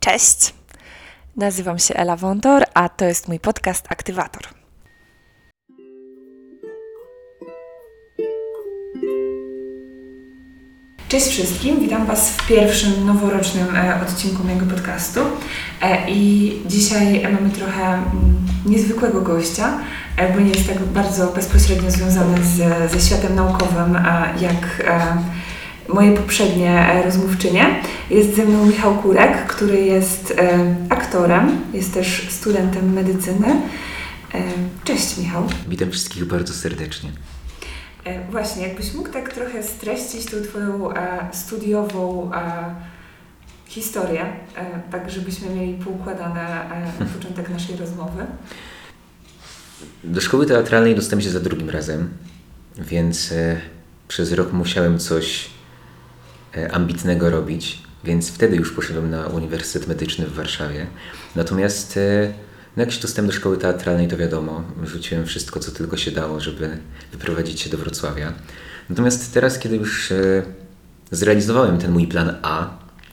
Cześć, nazywam się Ela Wątor, a to jest mój podcast Aktywator. Cześć wszystkim, witam Was w pierwszym noworocznym odcinku mojego podcastu i dzisiaj mamy trochę niezwykłego gościa, bo nie jest tak bardzo bezpośrednio związany ze światem naukowym jak moje poprzednie rozmówczynie. Jest ze mną Michał Kurek, który jest aktorem, jest też studentem medycyny. Cześć Michał. Witam wszystkich bardzo serdecznie. Właśnie, jakbyś mógł tak trochę streścić tą Twoją studiową historię, tak żebyśmy mieli poukładane na początek naszej rozmowy. Do szkoły teatralnej dostałem się za drugim razem, więc przez rok musiałem coś ambitnego robić, więc wtedy już poszedłem na Uniwersytet Medyczny w Warszawie. Natomiast jak się dostałem do szkoły teatralnej, to wiadomo, rzuciłem wszystko, co tylko się dało, żeby wyprowadzić się do Wrocławia. Natomiast teraz, kiedy już zrealizowałem ten mój plan A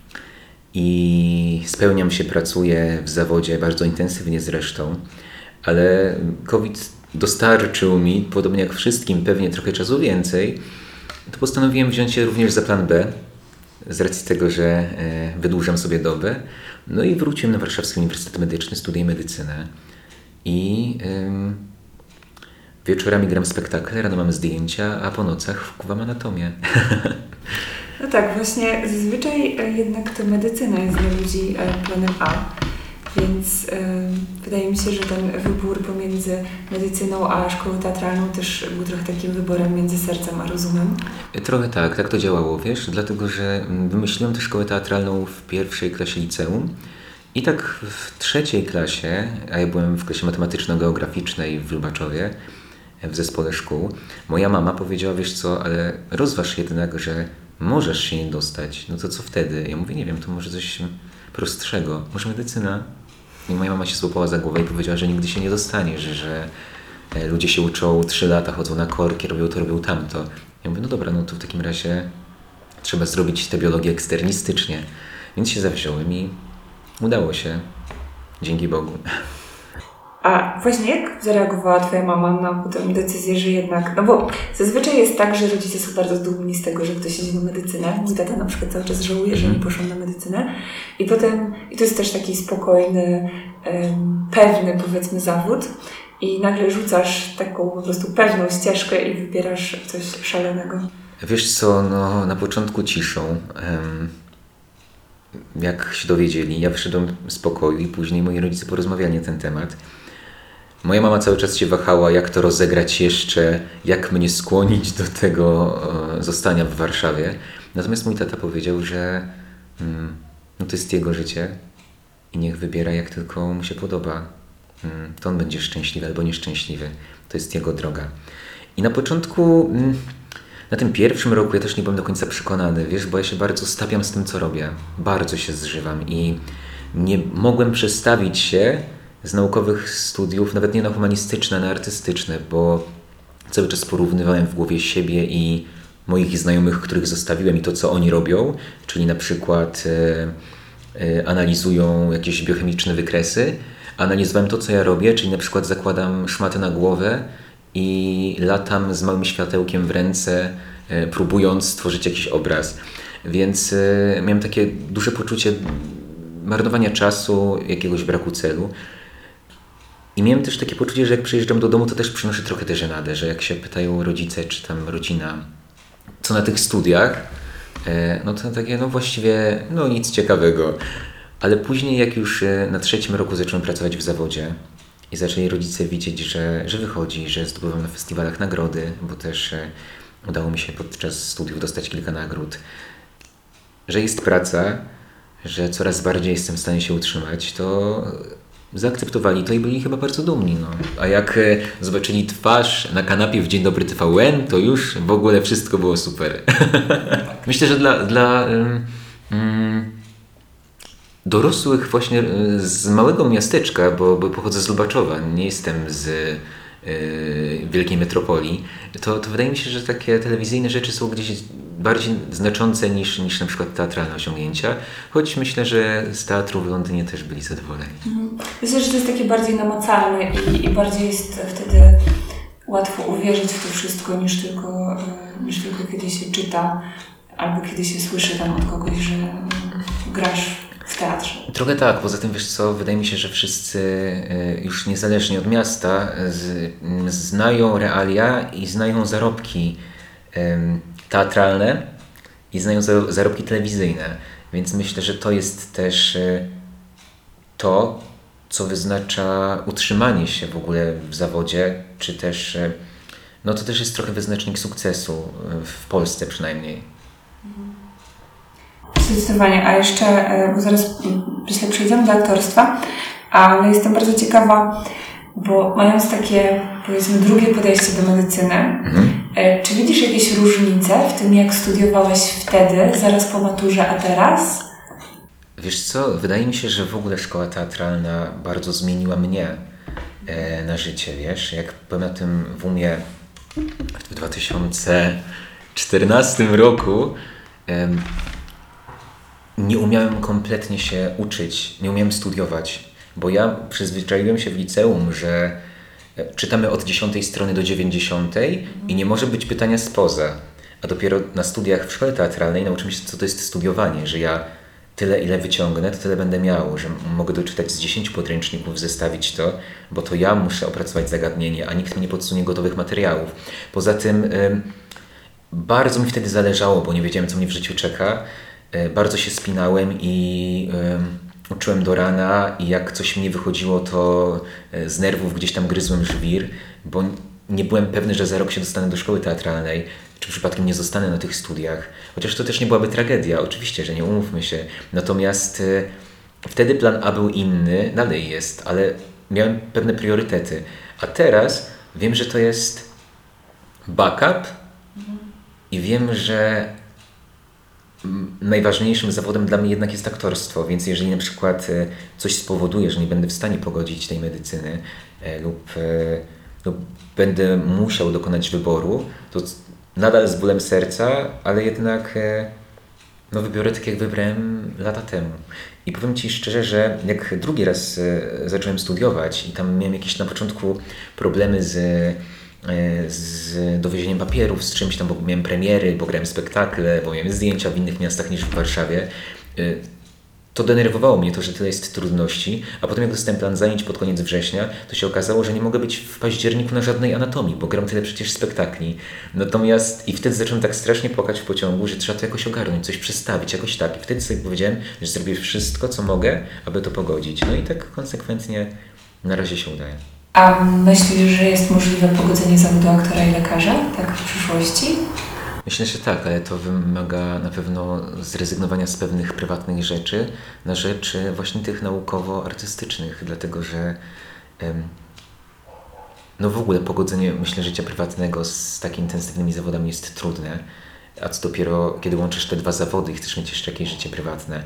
i spełniam się, pracuję w zawodzie bardzo intensywnie zresztą, ale COVID dostarczył mi, podobnie jak wszystkim, pewnie trochę czasu więcej, to postanowiłem wziąć się również za plan B, z racji tego, że wydłużam sobie dobę. No i wróciłem na Warszawski Uniwersytet Medyczny, studiuję medycynę i wieczorami gram spektakle, rano mam zdjęcia, a po nocach wkuwam anatomię. No tak, właśnie zazwyczaj jednak to medycyna jest dla ludzi planem A, więc wydaje mi się, że ten wybór pomiędzy medycyną a szkołą teatralną też był trochę takim wyborem między sercem a rozumem. Trochę tak to działało, wiesz, dlatego że wymyśliłem tę szkołę teatralną w pierwszej klasie liceum i tak w trzeciej klasie, a ja byłem w klasie matematyczno-geograficznej w Lubaczowie, w zespole szkół, moja mama powiedziała, wiesz co, ale rozważ jednak, że możesz się nie dostać, no to co wtedy? Ja mówię, nie wiem, to może coś prostszego, może medycyna? I moja mama się złapała za głowę i powiedziała, że nigdy się nie dostaniesz, że ludzie się uczą 3 lata, chodzą na korki, robią to, robią tamto. Ja mówię, no dobra, no to w takim razie trzeba zrobić tę biologię eksternistycznie. Więc się zawziąłem i udało się. Dzięki Bogu. A właśnie jak zareagowała Twoja mama na potem decyzję, że jednak... No bo zazwyczaj jest tak, że rodzice są bardzo dumni z tego, że ktoś idzie na medycynę. Mój tata na przykład cały czas żałuje, że nie poszłam na medycynę. I potem... I to jest też taki spokojny, pewny powiedzmy zawód. I nagle rzucasz taką po prostu pewną ścieżkę i wybierasz coś szalonego. Wiesz co, no na początku ciszą. Jak się dowiedzieli, ja wyszedłem z pokoju i później moi rodzice porozmawiali na ten temat. Moja mama cały czas się wahała, jak to rozegrać jeszcze, jak mnie skłonić do tego zostania w Warszawie. Natomiast mój tata powiedział, że no to jest jego życie i niech wybiera, jak tylko mu się podoba. To on będzie szczęśliwy albo nieszczęśliwy. To jest jego droga. I na początku, na tym pierwszym roku ja też nie byłem do końca przekonany, wiesz, bo ja się bardzo stawiam z tym, co robię. Bardzo się zżywam i nie mogłem przestawić się z naukowych studiów, nawet nie na humanistyczne, na artystyczne, bo cały czas porównywałem w głowie siebie i moich znajomych, których zostawiłem i to, co oni robią, czyli na przykład analizują jakieś biochemiczne wykresy. Analizowałem to, co ja robię, czyli na przykład zakładam szmatę na głowę i latam z małym światełkiem w ręce, próbując stworzyć jakiś obraz. Więc miałem takie duże poczucie marnowania czasu, jakiegoś braku celu. I miałem też takie poczucie, że jak przyjeżdżam do domu, to też przynoszę trochę tę żenadę, że jak się pytają rodzice czy tam rodzina, co na tych studiach, no to takie, no właściwie, no nic ciekawego. Ale później, jak już na 3. roku zacząłem pracować w zawodzie i zaczęli rodzice widzieć, że wychodzi, że zdobywam na festiwalach nagrody, bo też udało mi się podczas studiów dostać kilka nagród, że jest praca, że coraz bardziej jestem w stanie się utrzymać, to zaakceptowali to i byli chyba bardzo dumni. No. A jak zobaczyli twarz na kanapie w Dzień Dobry TVN, to już w ogóle wszystko było super. Myślę, że dla dorosłych właśnie z małego miasteczka, bo pochodzę z Lubaczowa, nie jestem z wielkiej metropolii, to wydaje mi się, że takie telewizyjne rzeczy są gdzieś bardziej znaczące niż na przykład teatralne osiągnięcia, choć myślę, że z teatru w Londynie też byli zadowoleni. Myślę, że to jest takie bardziej namacalne i bardziej jest wtedy łatwo uwierzyć w to wszystko niż tylko kiedy się czyta albo kiedy się słyszy tam od kogoś, że grasz w teatrze. Trochę tak, poza tym wiesz co, wydaje mi się, że wszyscy już niezależnie od miasta znają realia i znają zarobki teatralne i znają zarobki telewizyjne, więc myślę, że to jest też to, co wyznacza utrzymanie się w ogóle w zawodzie, czy też no to też jest trochę wyznacznik sukcesu w Polsce przynajmniej. Zdecydowanie, a jeszcze, bo zaraz myślę przejdziemy do aktorstwa, ale jestem bardzo ciekawa, bo mając takie, powiedzmy, drugie podejście do medycyny, czy widzisz jakieś różnice w tym, jak studiowałeś wtedy, zaraz po maturze, a teraz? Wiesz co, wydaje mi się, że w ogóle szkoła teatralna bardzo zmieniła mnie na życie, wiesz, jak byłem na tym WUM-ie w 2014 roku, nie umiałem kompletnie się uczyć, nie umiałem studiować, bo ja przyzwyczaiłem się w liceum, że czytamy od 10 strony do 90 i nie może być pytania spoza. A dopiero na studiach w szkole teatralnej nauczyłem się, co to jest studiowanie, że ja tyle, ile wyciągnę, to tyle będę miał, że mogę doczytać z 10 podręczników, zestawić to, bo to ja muszę opracować zagadnienie, a nikt mi nie podsunie gotowych materiałów. Poza tym bardzo mi wtedy zależało, bo nie wiedziałem, co mnie w życiu czeka. Bardzo się spinałem i uczyłem do rana i jak coś mi nie wychodziło, to z nerwów gdzieś tam gryzłem żwir, bo nie byłem pewny, że za rok się dostanę do szkoły teatralnej, czy przypadkiem nie zostanę na tych studiach. Chociaż to też nie byłaby tragedia, oczywiście, że nie umówmy się. Natomiast wtedy plan A był inny, dalej jest, ale miałem pewne priorytety. A teraz wiem, że to jest backup i wiem, że najważniejszym zawodem dla mnie jednak jest aktorstwo, więc jeżeli na przykład coś spowoduje, że nie będę w stanie pogodzić tej medycyny lub będę musiał dokonać wyboru, to nadal z bólem serca, ale jednak wybiorę tak, jak wybrałem lata temu. I powiem Ci szczerze, że jak drugi raz zacząłem studiować i tam miałem jakieś na początku problemy z dowiezieniem papierów, z czymś tam, bo miałem premiery, bo grałem spektakle, bo miałem zdjęcia w innych miastach niż w Warszawie. To denerwowało mnie to, że tyle jest trudności, a potem jak dostałem plan zajęć pod koniec września, to się okazało, że nie mogę być w październiku na żadnej anatomii, bo gram tyle przecież spektakli. Natomiast i wtedy zacząłem tak strasznie płakać w pociągu, że trzeba to jakoś ogarnąć, coś przestawić, jakoś tak. I wtedy sobie powiedziałem, że zrobię wszystko, co mogę, aby to pogodzić. No i tak konsekwentnie na razie się udaje. A myślisz, że jest możliwe pogodzenie zawodu aktora i lekarza, tak w przyszłości? Myślę, że tak, ale to wymaga na pewno zrezygnowania z pewnych prywatnych rzeczy na rzecz właśnie tych naukowo-artystycznych, dlatego że w ogóle pogodzenie, myślę, życia prywatnego z takimi intensywnymi zawodami jest trudne, a co dopiero, kiedy łączysz te dwa zawody i chcesz mieć jeszcze jakieś życie prywatne.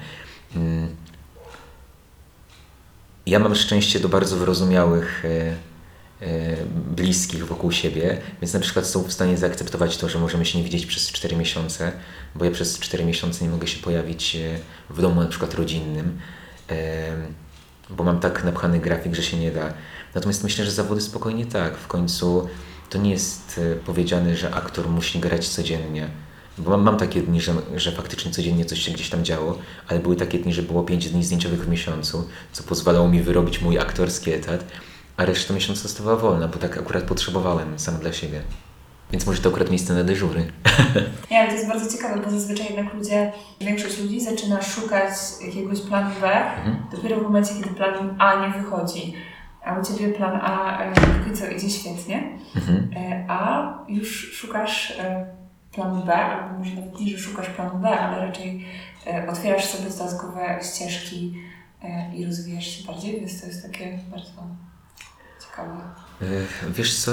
Ja mam szczęście do bardzo wyrozumiałych bliskich wokół siebie, więc na przykład są w stanie zaakceptować to, że możemy się nie widzieć przez 4 miesiące, bo ja przez 4 miesiące nie mogę się pojawić w domu na przykład rodzinnym, bo mam tak napchany grafik, że się nie da. Natomiast myślę, że zawody spokojnie tak. W końcu to nie jest powiedziane, że aktor musi grać codziennie. Bo mam takie dni, że faktycznie codziennie coś się gdzieś tam działo, ale były takie dni, że było 5 dni zdjęciowych w miesiącu, co pozwalało mi wyrobić mój aktorski etat, a reszta miesiąca została wolna, bo tak akurat potrzebowałem sam dla siebie. Więc może to akurat miejsce na dyżury. Nie, ale to jest bardzo ciekawe, bo zazwyczaj jednak większość ludzi zaczyna szukać jakiegoś planu B dopiero w momencie, kiedy plan A nie wychodzi. A u Ciebie plan A póki co idzie świetnie, a już szukasz planu B, albo może nawet nie, że szukasz planu B, ale raczej otwierasz sobie dodatkowe ścieżki i rozwijasz się bardziej, więc to jest takie bardzo ciekawe. Wiesz co,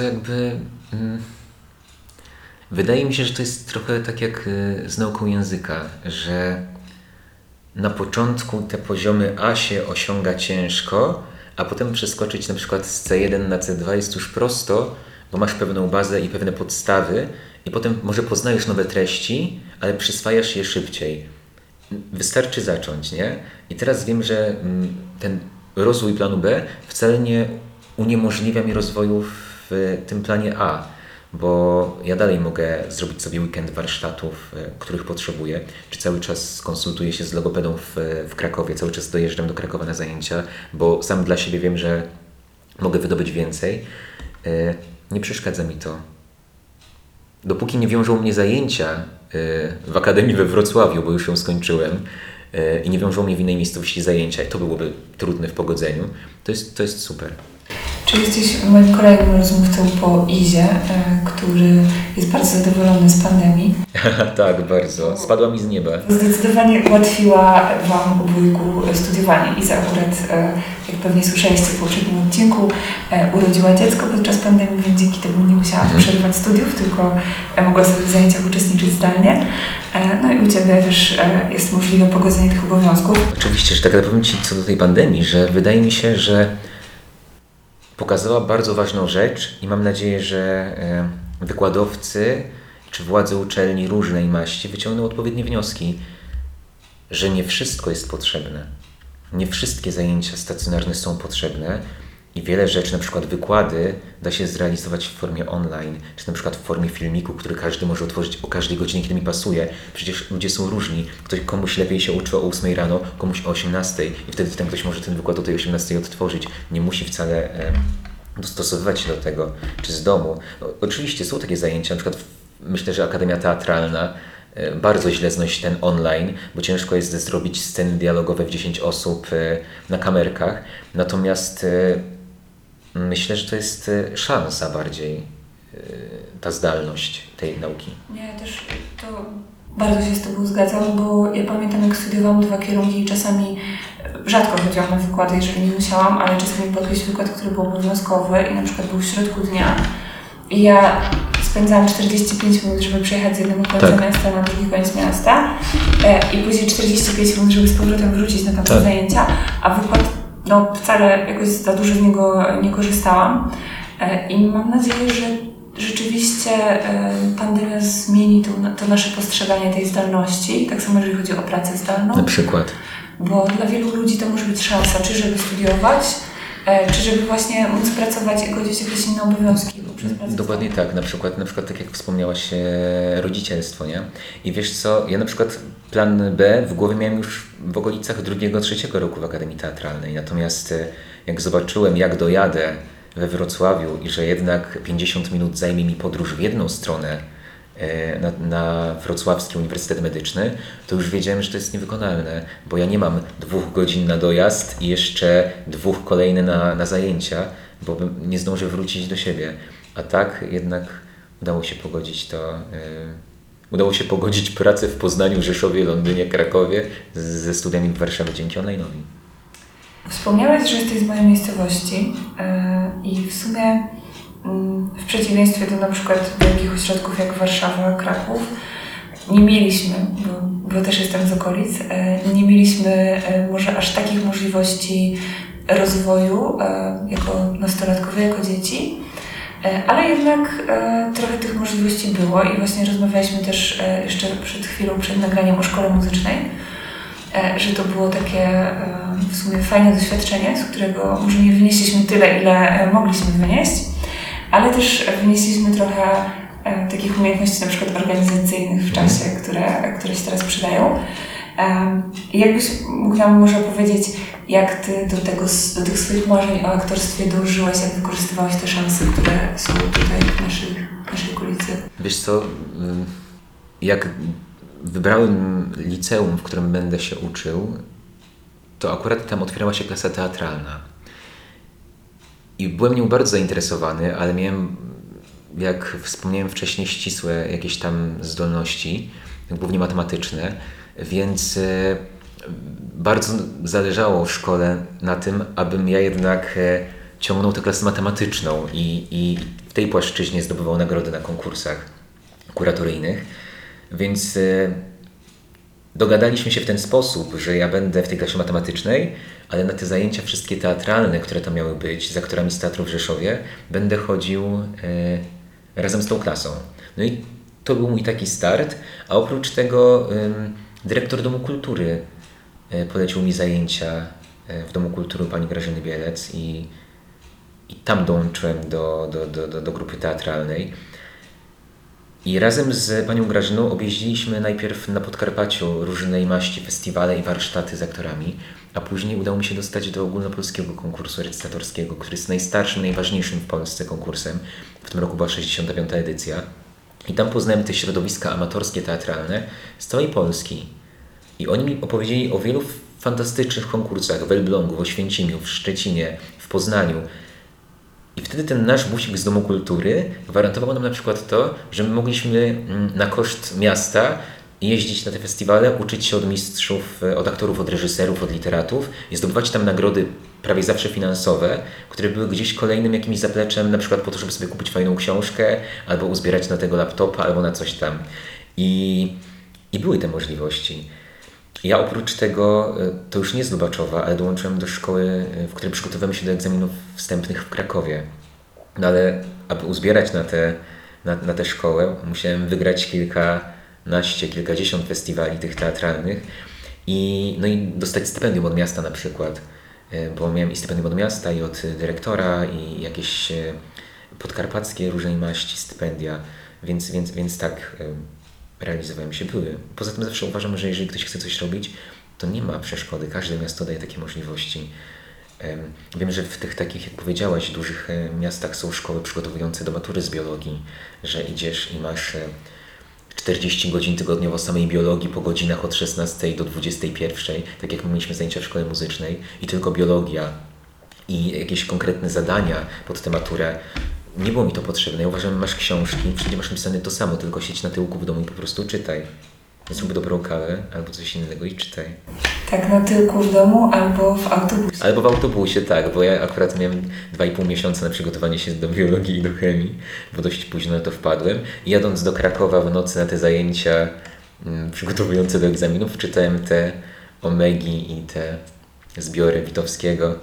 wydaje mi się, że to jest trochę tak jak z nauką języka, że na początku te poziomy A się osiąga ciężko, a potem przeskoczyć na przykład z C1 na C2 jest już prosto, bo masz pewną bazę i pewne podstawy i potem może poznajesz nowe treści, ale przyswajasz je szybciej. Wystarczy zacząć, nie? I teraz wiem, że ten rozwój planu B wcale nie uniemożliwia mi rozwoju w tym planie A, bo ja dalej mogę zrobić sobie weekend warsztatów, których potrzebuję, czy cały czas konsultuję się z logopedą w Krakowie, cały czas dojeżdżam do Krakowa na zajęcia, bo sam dla siebie wiem, że mogę wydobyć więcej. Nie przeszkadza mi to. Dopóki nie wiążą mnie zajęcia w Akademii we Wrocławiu, bo już ją skończyłem, i nie wiążą mnie w innej miejscowości zajęcia, i to byłoby trudne w pogodzeniu, to jest super. Czy jesteś moim kolejnym rozmówcą po Izie, który jest bardzo zadowolony z pandemii? Tak, bardzo. Spadła mi z nieba. Zdecydowanie ułatwiła Wam obojgu studiowanie. Iza akurat, jak pewnie słyszeliście w poprzednim odcinku, urodziła dziecko podczas pandemii, więc dzięki temu nie musiała przerywać studiów, tylko mogła sobie w zajęciach uczestniczyć zdalnie. No i u Ciebie też jest możliwe pogodzenie tych obowiązków. Oczywiście, że tak, ale powiem Ci co do tej pandemii, że wydaje mi się, że pokazała bardzo ważną rzecz i mam nadzieję, że wykładowcy czy władze uczelni różnej maści wyciągną odpowiednie wnioski, że nie wszystko jest potrzebne. Nie wszystkie zajęcia stacjonarne są potrzebne i wiele rzeczy, na przykład wykłady, da się zrealizować w formie online, czy na przykład w formie filmiku, który każdy może otworzyć o każdej godzinie, kiedy mi pasuje. Przecież ludzie są różni. Komuś lepiej się uczy o 8 rano, komuś o 18 i wtedy ten ktoś może ten wykład o tej 18 odtworzyć. Nie musi wcale dostosowywać się do tego, czy z domu. No, oczywiście są takie zajęcia, na przykład myślę, że Akademia Teatralna bardzo źle znosi ten online, bo ciężko jest zrobić sceny dialogowe w 10 osób na kamerkach. Natomiast myślę, że to jest szansa bardziej, ta zdalność tej nauki. Nie, też to bardzo się z Tobą zgadzam, bo ja pamiętam, jak studiowałam 2 kierunki i czasami rzadko chodziłam na wykłady, jeżeli nie musiałam, ale czasami był jakiś wykład, który był obowiązkowy i na przykład był w środku dnia i ja spędzałam 45 minut, żeby przejechać z jednego końca miasta na drugi koniec miasta i później 45 minut, żeby z powrotem wrócić na tamte zajęcia, a wykład wcale jakoś za dużo z niego nie korzystałam i mam nadzieję, że rzeczywiście pandemia zmieni to nasze postrzeganie tej zdalności, tak samo jeżeli chodzi o pracę zdalną. Na przykład. Bo dla wielu ludzi to może być szansa, czy żeby studiować, czy żeby właśnie móc pracować i godzić jakieś inne obowiązki. Dokładnie tak. Na przykład tak jak wspomniałaś, rodzicielstwo, nie? I wiesz co, ja na przykład plan B w głowie miałem już w okolicach 2-3 roku w Akademii Teatralnej. Natomiast jak zobaczyłem, jak dojadę we Wrocławiu i że jednak 50 minut zajmie mi podróż w jedną stronę na Wrocławski Uniwersytet Medyczny, to już wiedziałem, że to jest niewykonalne, bo ja nie mam 2 godzin na dojazd i jeszcze 2 kolejne na zajęcia, bo nie zdążę wrócić do siebie. A tak jednak udało się pogodzić to. Udało się pogodzić pracę w Poznaniu, Rzeszowie, Londynie, Krakowie ze studiami w Warszawie dzięki online'owi. Wspomniałeś, że jesteś z mojej miejscowości i w sumie w przeciwieństwie do na przykład wielkich ośrodków jak Warszawa, Kraków, nie mieliśmy, bo też jestem z okolic, nie mieliśmy może aż takich możliwości rozwoju jako nastolatkowie, jako dzieci, ale jednak trochę tych możliwości było i właśnie rozmawialiśmy też jeszcze przed chwilą, przed nagraniem o szkole muzycznej, że to było takie w sumie fajne doświadczenie, z którego może nie wynieśliśmy tyle, ile mogliśmy wynieść, ale też wynieśliśmy trochę takich umiejętności na przykład organizacyjnych w czasie, które się teraz przydają. I jakbyś mógł nam może powiedzieć, jak Ty do tych swoich marzeń o aktorstwie dążyłeś, jak wykorzystywałeś te szanse, które są tutaj w naszej okolicy? Wiesz co, jak wybrałem liceum, w którym będę się uczył, to akurat tam otwierała się klasa teatralna. I byłem nią bardzo zainteresowany, ale miałem, jak wspomniałem wcześniej, ścisłe jakieś tam zdolności, głównie matematyczne, więc bardzo zależało w szkole na tym, abym ja jednak ciągnął tę klasę matematyczną i w tej płaszczyźnie zdobywał nagrody na konkursach kuratoryjnych. Więc dogadaliśmy się w ten sposób, że ja będę w tej klasie matematycznej, ale na te zajęcia wszystkie teatralne, które tam miały być, z aktorami z teatru w Rzeszowie, będę chodził razem z tą klasą. No i to był mój taki start, a oprócz tego dyrektor Domu Kultury polecił mi zajęcia w Domu Kultury pani Grażyny Bielec i tam dołączyłem do grupy teatralnej. I razem z panią Grażyną objeździliśmy najpierw na Podkarpaciu różnej maści festiwale i warsztaty z aktorami, a później udało mi się dostać do ogólnopolskiego konkursu recytatorskiego, który jest najstarszym, najważniejszym w Polsce konkursem. W tym roku była 65. edycja. I tam poznałem te środowiska amatorskie, teatralne z całej Polski. I oni mi opowiedzieli o wielu fantastycznych konkursach w Elblągu, w Oświęcimiu, w Szczecinie, w Poznaniu. I wtedy ten nasz busik z Domu Kultury gwarantował nam na przykład to, że my mogliśmy na koszt miasta jeździć na te festiwale, uczyć się od mistrzów, od aktorów, od reżyserów, od literatów i zdobywać tam nagrody prawie zawsze finansowe, które były gdzieś kolejnym jakimś zapleczem, na przykład po to, żeby sobie kupić fajną książkę, albo uzbierać na tego laptopa, albo na coś tam. I były te możliwości. Ja oprócz tego, to już nie z Lubaczowa, ale dołączyłem do szkoły, w której przygotowywałem się do egzaminów wstępnych w Krakowie. No ale aby uzbierać na tę szkołę, musiałem wygrać kilkadziesiąt festiwali tych teatralnych i dostać stypendium od miasta na przykład, bo miałem i stypendium od miasta, i od dyrektora, i jakieś podkarpackie różnej maści stypendia, więc tak realizowałem się. Poza tym zawsze uważam, że jeżeli ktoś chce coś robić, to nie ma przeszkody. Każde miasto daje takie możliwości. Wiem, że w tych takich, jak powiedziałaś, dużych miastach są szkoły przygotowujące do matury z biologii, że idziesz i masz 40 godzin tygodniowo samej biologii po godzinach od 16 do 21, tak jak my mieliśmy zajęcia w szkole muzycznej, i tylko biologia i jakieś konkretne zadania pod tę maturę. Nie było mi to potrzebne. Ja uważam, że masz książki, wszędzie masz napisane to samo, tylko siedź na tyłku w domu i po prostu czytaj. Zrób dobrą kawę albo coś innego i czytaj. Tak, na tyłku w domu albo w autobusie. Albo w autobusie, tak, bo ja akurat miałem 2,5 miesiąca na przygotowanie się do biologii i do chemii, bo dość późno na to wpadłem. I jadąc do Krakowa w nocy na te zajęcia przygotowujące do egzaminów, czytałem te omegi i te zbiory Witowskiego.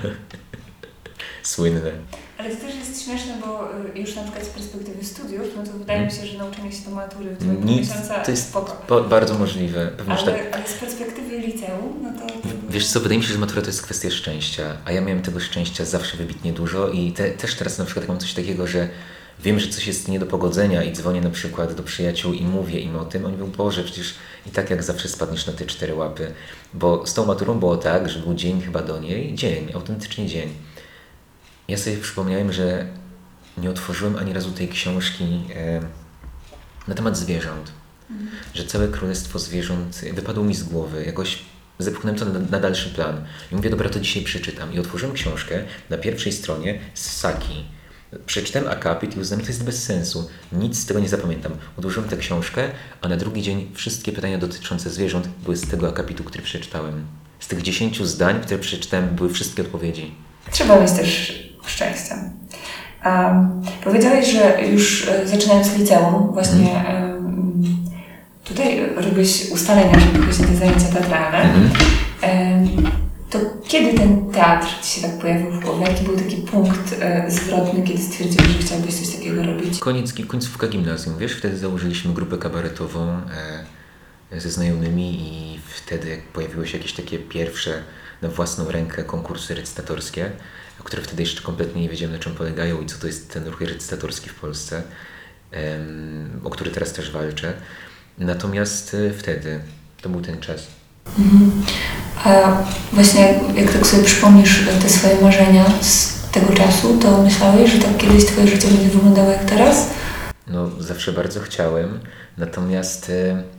Słynne. Ale to też jest śmieszne, bo już na przykład z perspektywy studiów, no to wydaje mi się, że nauczenie się do matury w 2,5 miesiąca to jest spoko. bardzo możliwe. Pewnie, Ale, tak. ale z perspektywy liceum, no to... Wiesz co, wydaje mi się, że matura to jest kwestia szczęścia, a ja miałem tego szczęścia zawsze wybitnie dużo i też teraz na przykład mam coś takiego, że wiem, że coś jest nie do pogodzenia i dzwonię na przykład do przyjaciół i mówię im o tym. Oni mówią, Boże, przecież i tak jak zawsze spadniesz na te 4 łapy. Bo z tą maturą było tak, że był dzień chyba do niej, autentycznie dzień. Ja sobie przypomniałem, że nie otworzyłem ani razu tej książki na temat zwierząt. Że całe królestwo zwierząt wypadło mi z głowy. Jakoś zepchnąłem to na dalszy plan. I mówię, dobra, to dzisiaj przeczytam. I otworzyłem książkę na pierwszej stronie z ssaki. Przeczytałem akapit i uznałem, że to jest bez sensu. Nic z tego nie zapamiętam. Odłożyłem tę książkę, a na drugi dzień wszystkie pytania dotyczące zwierząt były z tego akapitu, który przeczytałem. Z tych 10 zdań, które przeczytałem, były wszystkie odpowiedzi. Trzeba mieć też szczęście. Powiedziałeś, że już zaczynając liceum, właśnie tutaj robiłeś ustalenia, jeżeli chodzi o te zajęcia teatralne. To kiedy ten teatr Ci się tak pojawił w głowie? Jaki był taki punkt zwrotny, kiedy stwierdziłeś, że chciałbyś coś takiego robić? Końcówka gimnazjum, wiesz? Wtedy założyliśmy grupę kabaretową ze znajomymi i wtedy pojawiły się jakieś takie pierwsze na własną rękę konkursy recytatorskie, które wtedy jeszcze kompletnie nie wiedziałem, na czym polegają i co to jest ten ruch recytatorski w Polsce, o który teraz też walczę. Natomiast wtedy to był ten czas. A właśnie jak tak sobie przypomnisz te swoje marzenia z tego czasu, to myślałeś, że tak kiedyś Twoje życie będzie wyglądało jak teraz? No, zawsze bardzo chciałem, natomiast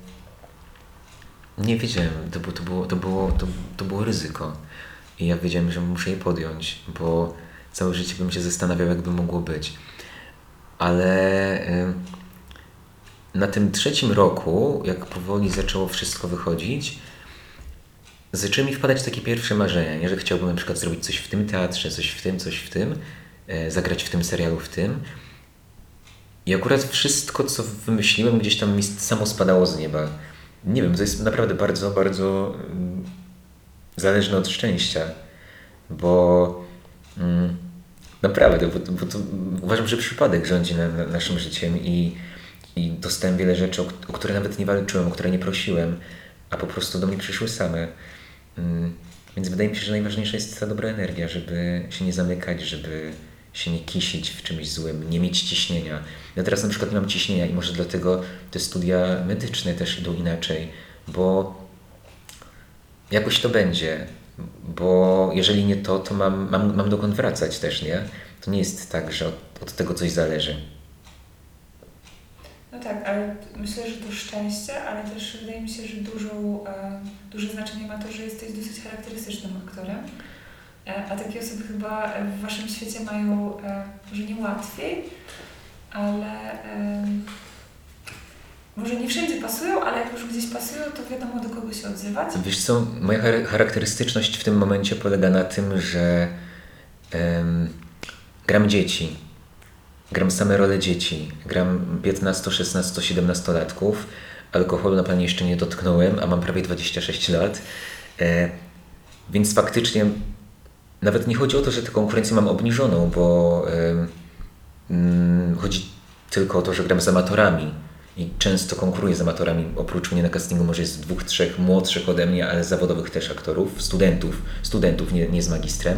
nie wiedziałem, to było ryzyko. I ja wiedziałem, że muszę je podjąć, bo całe życie bym się zastanawiał, jakby mogło być. Ale na tym 3. roku, jak powoli zaczęło wszystko wychodzić, zaczęły mi wpadać takie pierwsze marzenia, nie? Że chciałbym na przykład zrobić coś w tym teatrze, coś w tym, zagrać w tym serialu, w tym. I akurat wszystko, co wymyśliłem, gdzieś tam mi samo spadało z nieba. Nie wiem, to jest naprawdę bardzo, bardzo zależne od szczęścia, bo naprawdę, bo to uważam, że przypadek rządzi naszym życiem i dostałem wiele rzeczy, o które nawet nie walczyłem, o które nie prosiłem, a po prostu do mnie przyszły same. Więc wydaje mi się, że najważniejsza jest ta dobra energia, żeby się nie zamykać, żeby się nie kisić w czymś złym, nie mieć ciśnienia. Ja teraz na przykład nie mam ciśnienia i może dlatego te studia medyczne też idą inaczej, bo jakoś to będzie, bo jeżeli nie to mam dokąd wracać też, nie? To nie jest tak, że od tego coś zależy. No tak, ale myślę, że to szczęście, ale też wydaje mi się, że duże znaczenie ma to, że jesteś dosyć charakterystycznym aktorem. A takie osoby chyba w waszym świecie mają, może nie łatwiej, ale może nie wszędzie pasują, ale jak już gdzieś pasują, to wiadomo, do kogo się odzywać. Wiesz co, moja charakterystyczność w tym momencie polega na tym, że gram dzieci. Gram same role dzieci. Gram 15, 16, 17-latków. Alkoholu na pewno jeszcze nie dotknąłem, a mam prawie 26 lat. Więc faktycznie nawet nie chodzi o to, że tę konkurencję mam obniżoną, bo chodzi tylko o to, że gram z amatorami. I często konkuruję z amatorami. Oprócz mnie na castingu może jest 2, 3 młodszych ode mnie, ale zawodowych też aktorów, studentów nie z magistrem.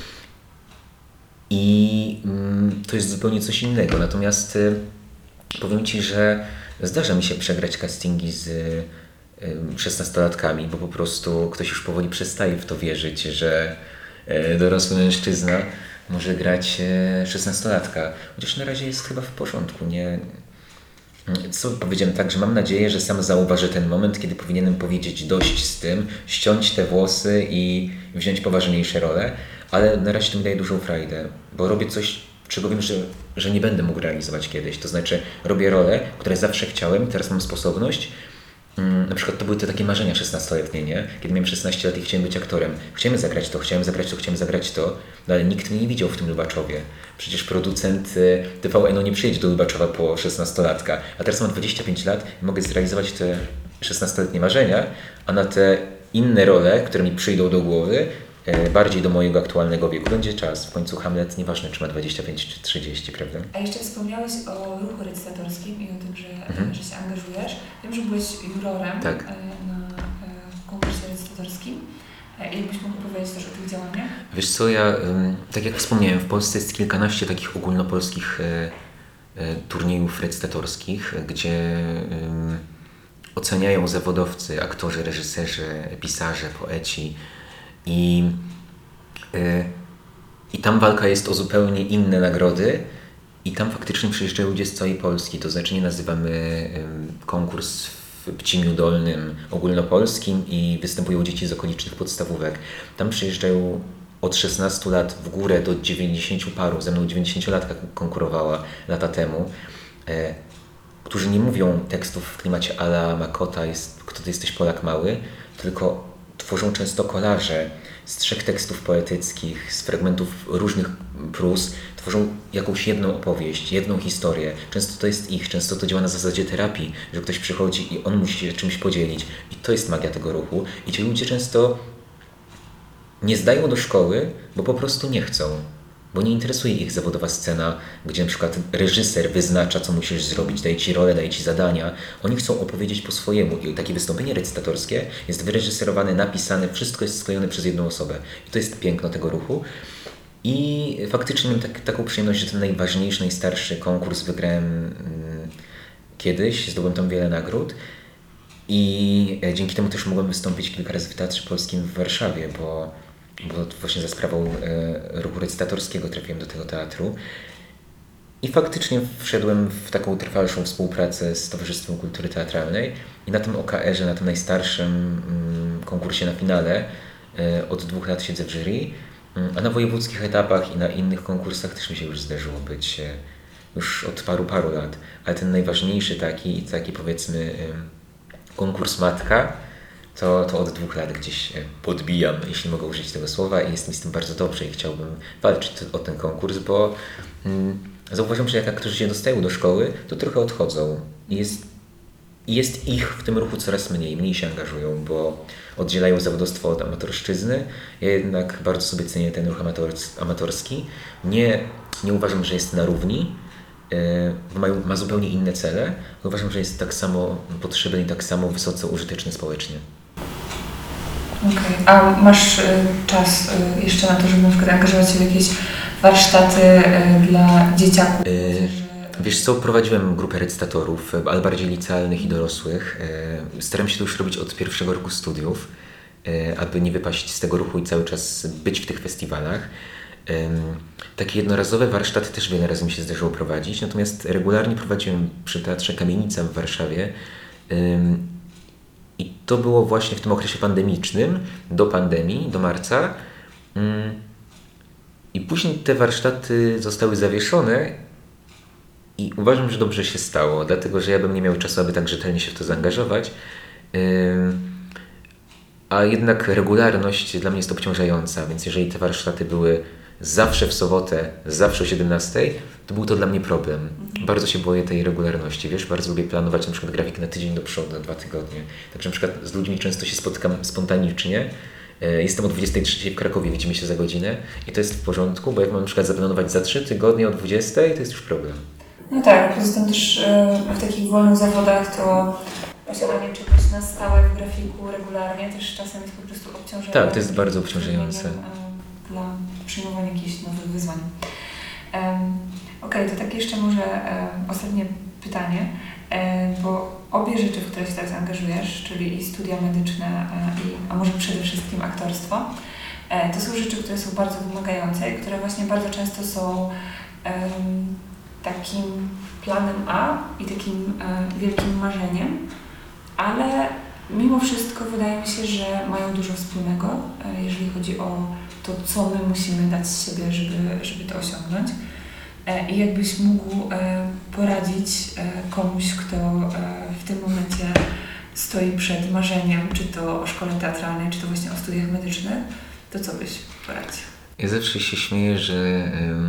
I to jest zupełnie coś innego. Natomiast powiem Ci, że zdarza mi się przegrać castingi z 16-latkami, bo po prostu ktoś już powoli przestaje w to wierzyć, że dorosły mężczyzna może grać 16-latka. Chociaż na razie jest chyba w porządku. Co powiedziałem tak, że mam nadzieję, że sam zauważy ten moment, kiedy powinienem powiedzieć dość z tym, ściąć te włosy i wziąć poważniejsze role, ale na razie to mi daje dużą frajdę, bo robię coś, czego wiem, że nie będę mógł realizować kiedyś. To znaczy robię role, które zawsze chciałem, teraz mam sposobność. Na przykład to były te takie marzenia 16-letnie, nie? Kiedy miałem 16 lat i chciałem być aktorem. Chciałem zagrać to, chciałem zagrać to, no ale nikt mnie nie widział w tym Lubaczowie. Przecież producent TVN-u nie przyjedzie do Lubaczowa po 16-latka. A teraz mam 25 lat i mogę zrealizować te 16-letnie marzenia, a na te inne role, które mi przyjdą do głowy, bardziej do mojego aktualnego wieku, będzie czas. W końcu Hamlet, nieważne czy ma 25 czy 30, prawda? A jeszcze wspomniałeś o ruchu recytatorskim i o tym, że się angażujesz. Wiem, że byłeś jurorem Tak. Na konkursie recytatorskim. Jakbyś mógł powiedzieć też o tych działaniach? Wiesz co, ja, tak jak wspomniałem, w Polsce jest kilkanaście takich ogólnopolskich turniejów recytatorskich, gdzie oceniają zawodowcy, aktorzy, reżyserzy, pisarze, poeci i tam walka jest o zupełnie inne nagrody i tam faktycznie przyjeżdżają ludzie z całej Polski, to znaczy nie nazywamy konkurs w Pcimiu Dolnym ogólnopolskim i występują dzieci z okolicznych podstawówek. Tam przyjeżdżają od 16 lat w górę do 90 paru, ze mną 90-latka konkurowała lata temu, którzy nie mówią tekstów w klimacie Ala Makota, kto ty jesteś Polak mały, tylko tworzą często kolaże z 3 tekstów poetyckich, z fragmentów różnych prós, tworzą jakąś jedną opowieść, jedną historię. Często to jest często to działa na zasadzie terapii, że ktoś przychodzi i on musi się czymś podzielić. I to jest magia tego ruchu. I ci ludzie często nie zdają do szkoły, bo po prostu nie chcą. Bo nie interesuje ich zawodowa scena, gdzie na przykład reżyser wyznacza, co musisz zrobić, daje ci rolę, daje ci zadania. Oni chcą opowiedzieć po swojemu i takie wystąpienie recytatorskie jest wyreżyserowane, napisane, wszystko jest sklejone przez jedną osobę. I to jest piękno tego ruchu. I faktycznie miałem taką przyjemność, że ten najważniejszy, najstarszy konkurs wygrałem kiedyś, zdobyłem tam wiele nagród. I dzięki temu też mogłem wystąpić kilka razy w Teatrze Polskim w Warszawie, bo właśnie za sprawą ruchu recytatorskiego trafiłem do tego teatru. I faktycznie wszedłem w taką trwalszą współpracę z Towarzystwem Kultury Teatralnej i na tym OKR-ze, na tym najstarszym konkursie na finale od 2 lat siedzę w jury, a na wojewódzkich etapach i na innych konkursach też mi się już zdarzyło być już od paru lat. Ale ten najważniejszy taki powiedzmy konkurs Matka, to od 2 lat gdzieś podbijam, jeśli mogę użyć tego słowa i jest mi z tym bardzo dobrze i chciałbym walczyć o ten konkurs, bo zauważam, że jak aktorzy się dostają do szkoły, to trochę odchodzą. I jest jest ich w tym ruchu coraz mniej się angażują, bo oddzielają zawodowstwo od amatorszczyzny. Ja jednak bardzo sobie cenię ten ruch amatorski. Nie uważam, że jest na równi, bo ma zupełnie inne cele, ale uważam, że jest tak samo potrzebny i tak samo wysoce użyteczny społecznie. Okej. A masz czas jeszcze na to, żeby na przykład angażować się w jakieś warsztaty dla dzieciaków? Wiesz co, prowadziłem grupę recytatorów, ale bardziej licealnych i dorosłych. Staram się to już robić od pierwszego roku studiów, aby nie wypaść z tego ruchu i cały czas być w tych festiwalach. Takie jednorazowe warsztaty też wiele razy mi się zdarzyło prowadzić, natomiast regularnie prowadziłem przy Teatrze Kamienica w Warszawie. I to było właśnie w tym okresie pandemicznym, do pandemii, do marca. I później te warsztaty zostały zawieszone i uważam, że dobrze się stało, dlatego że ja bym nie miał czasu, aby tak rzetelnie się w to zaangażować. A jednak regularność dla mnie jest obciążająca, więc jeżeli te warsztaty były zawsze w sobotę, zawsze o 17:00, to był to dla mnie problem. Bardzo się boję tej regularności, wiesz, bardzo lubię planować na przykład grafik na tydzień do przodu, na 2 tygodnie. Także na przykład z ludźmi często się spotykam spontanicznie. Jestem o 23:00 w Krakowie, widzimy się za godzinę i to jest w porządku, bo jak mam na przykład zaplanować za 3 tygodnie o 20:00, to jest już problem. No tak, poza tym też w takich wolnych zawodach to posiadanie czegoś na stałe w grafiku regularnie też czasem jest po prostu obciążające. Tak, to jest bardzo obciążające. Dla przyjmowania jakichś nowych wyzwań. Okej, to tak jeszcze może ostatnie pytanie, bo obie rzeczy, w które się teraz angażujesz, czyli i studia medyczne, a może przede wszystkim aktorstwo, to są rzeczy, które są bardzo wymagające i które właśnie bardzo często są takim planem A i takim wielkim marzeniem, ale mimo wszystko wydaje mi się, że mają dużo wspólnego, jeżeli chodzi o to, co my musimy dać z siebie, żeby to osiągnąć. I jakbyś mógł poradzić komuś, kto w tym momencie stoi przed marzeniem, czy to o szkole teatralnej, czy to właśnie o studiach medycznych, to co byś poradził? Ja zawsze się śmieję, że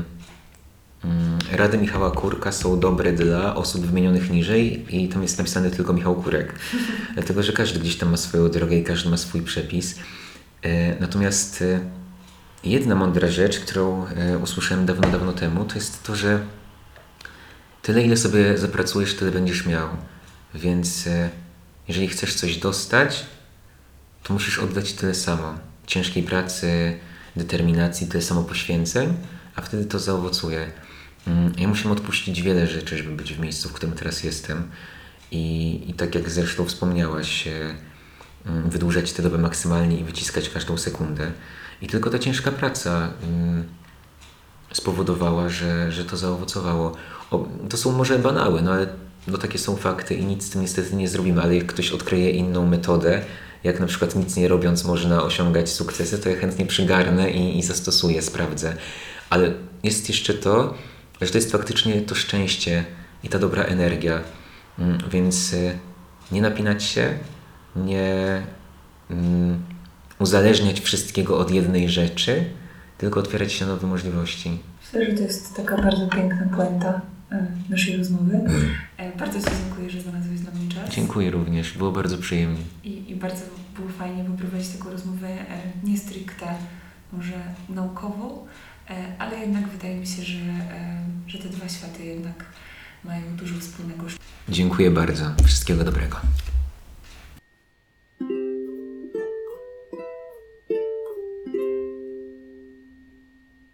rady Michała Kurka są dobre dla osób wymienionych niżej i tam jest napisane tylko Michał Kurek. Dlatego, że każdy gdzieś tam ma swoją drogę i każdy ma swój przepis. Natomiast jedna mądra rzecz, którą usłyszałem dawno temu, to jest to, że tyle, ile sobie zapracujesz, tyle będziesz miał. Więc jeżeli chcesz coś dostać, to musisz oddać tyle samo. Ciężkiej pracy, determinacji, tyle samo poświęceń, a wtedy to zaowocuje. Ja musiałem odpuścić wiele rzeczy, żeby być w miejscu, w którym teraz jestem. I tak jak zresztą wspomniałaś, wydłużać tę dobę maksymalnie i wyciskać każdą sekundę. I tylko ta ciężka praca spowodowała, że to zaowocowało. To są może banały, no ale no takie są fakty i nic z tym niestety nie zrobimy, ale jak ktoś odkryje inną metodę, jak na przykład nic nie robiąc można osiągać sukcesy, to ja chętnie przygarnę i zastosuję, sprawdzę. Ale jest jeszcze to, że to jest faktycznie to szczęście i ta dobra energia, więc nie napinać się, nie uzależniać wszystkiego od jednej rzeczy, tylko otwierać się na nowe możliwości. Myślę, że to jest taka bardzo piękna puenta naszej rozmowy. Bardzo Ci dziękuję, że znalazłeś dla mnie czas. Dziękuję również, było bardzo przyjemnie. I bardzo było fajnie poprowadzić taką rozmowę nie stricte może naukową, ale jednak wydaje mi się, że te dwa światy jednak mają dużo wspólnego. Dziękuję bardzo. Wszystkiego dobrego.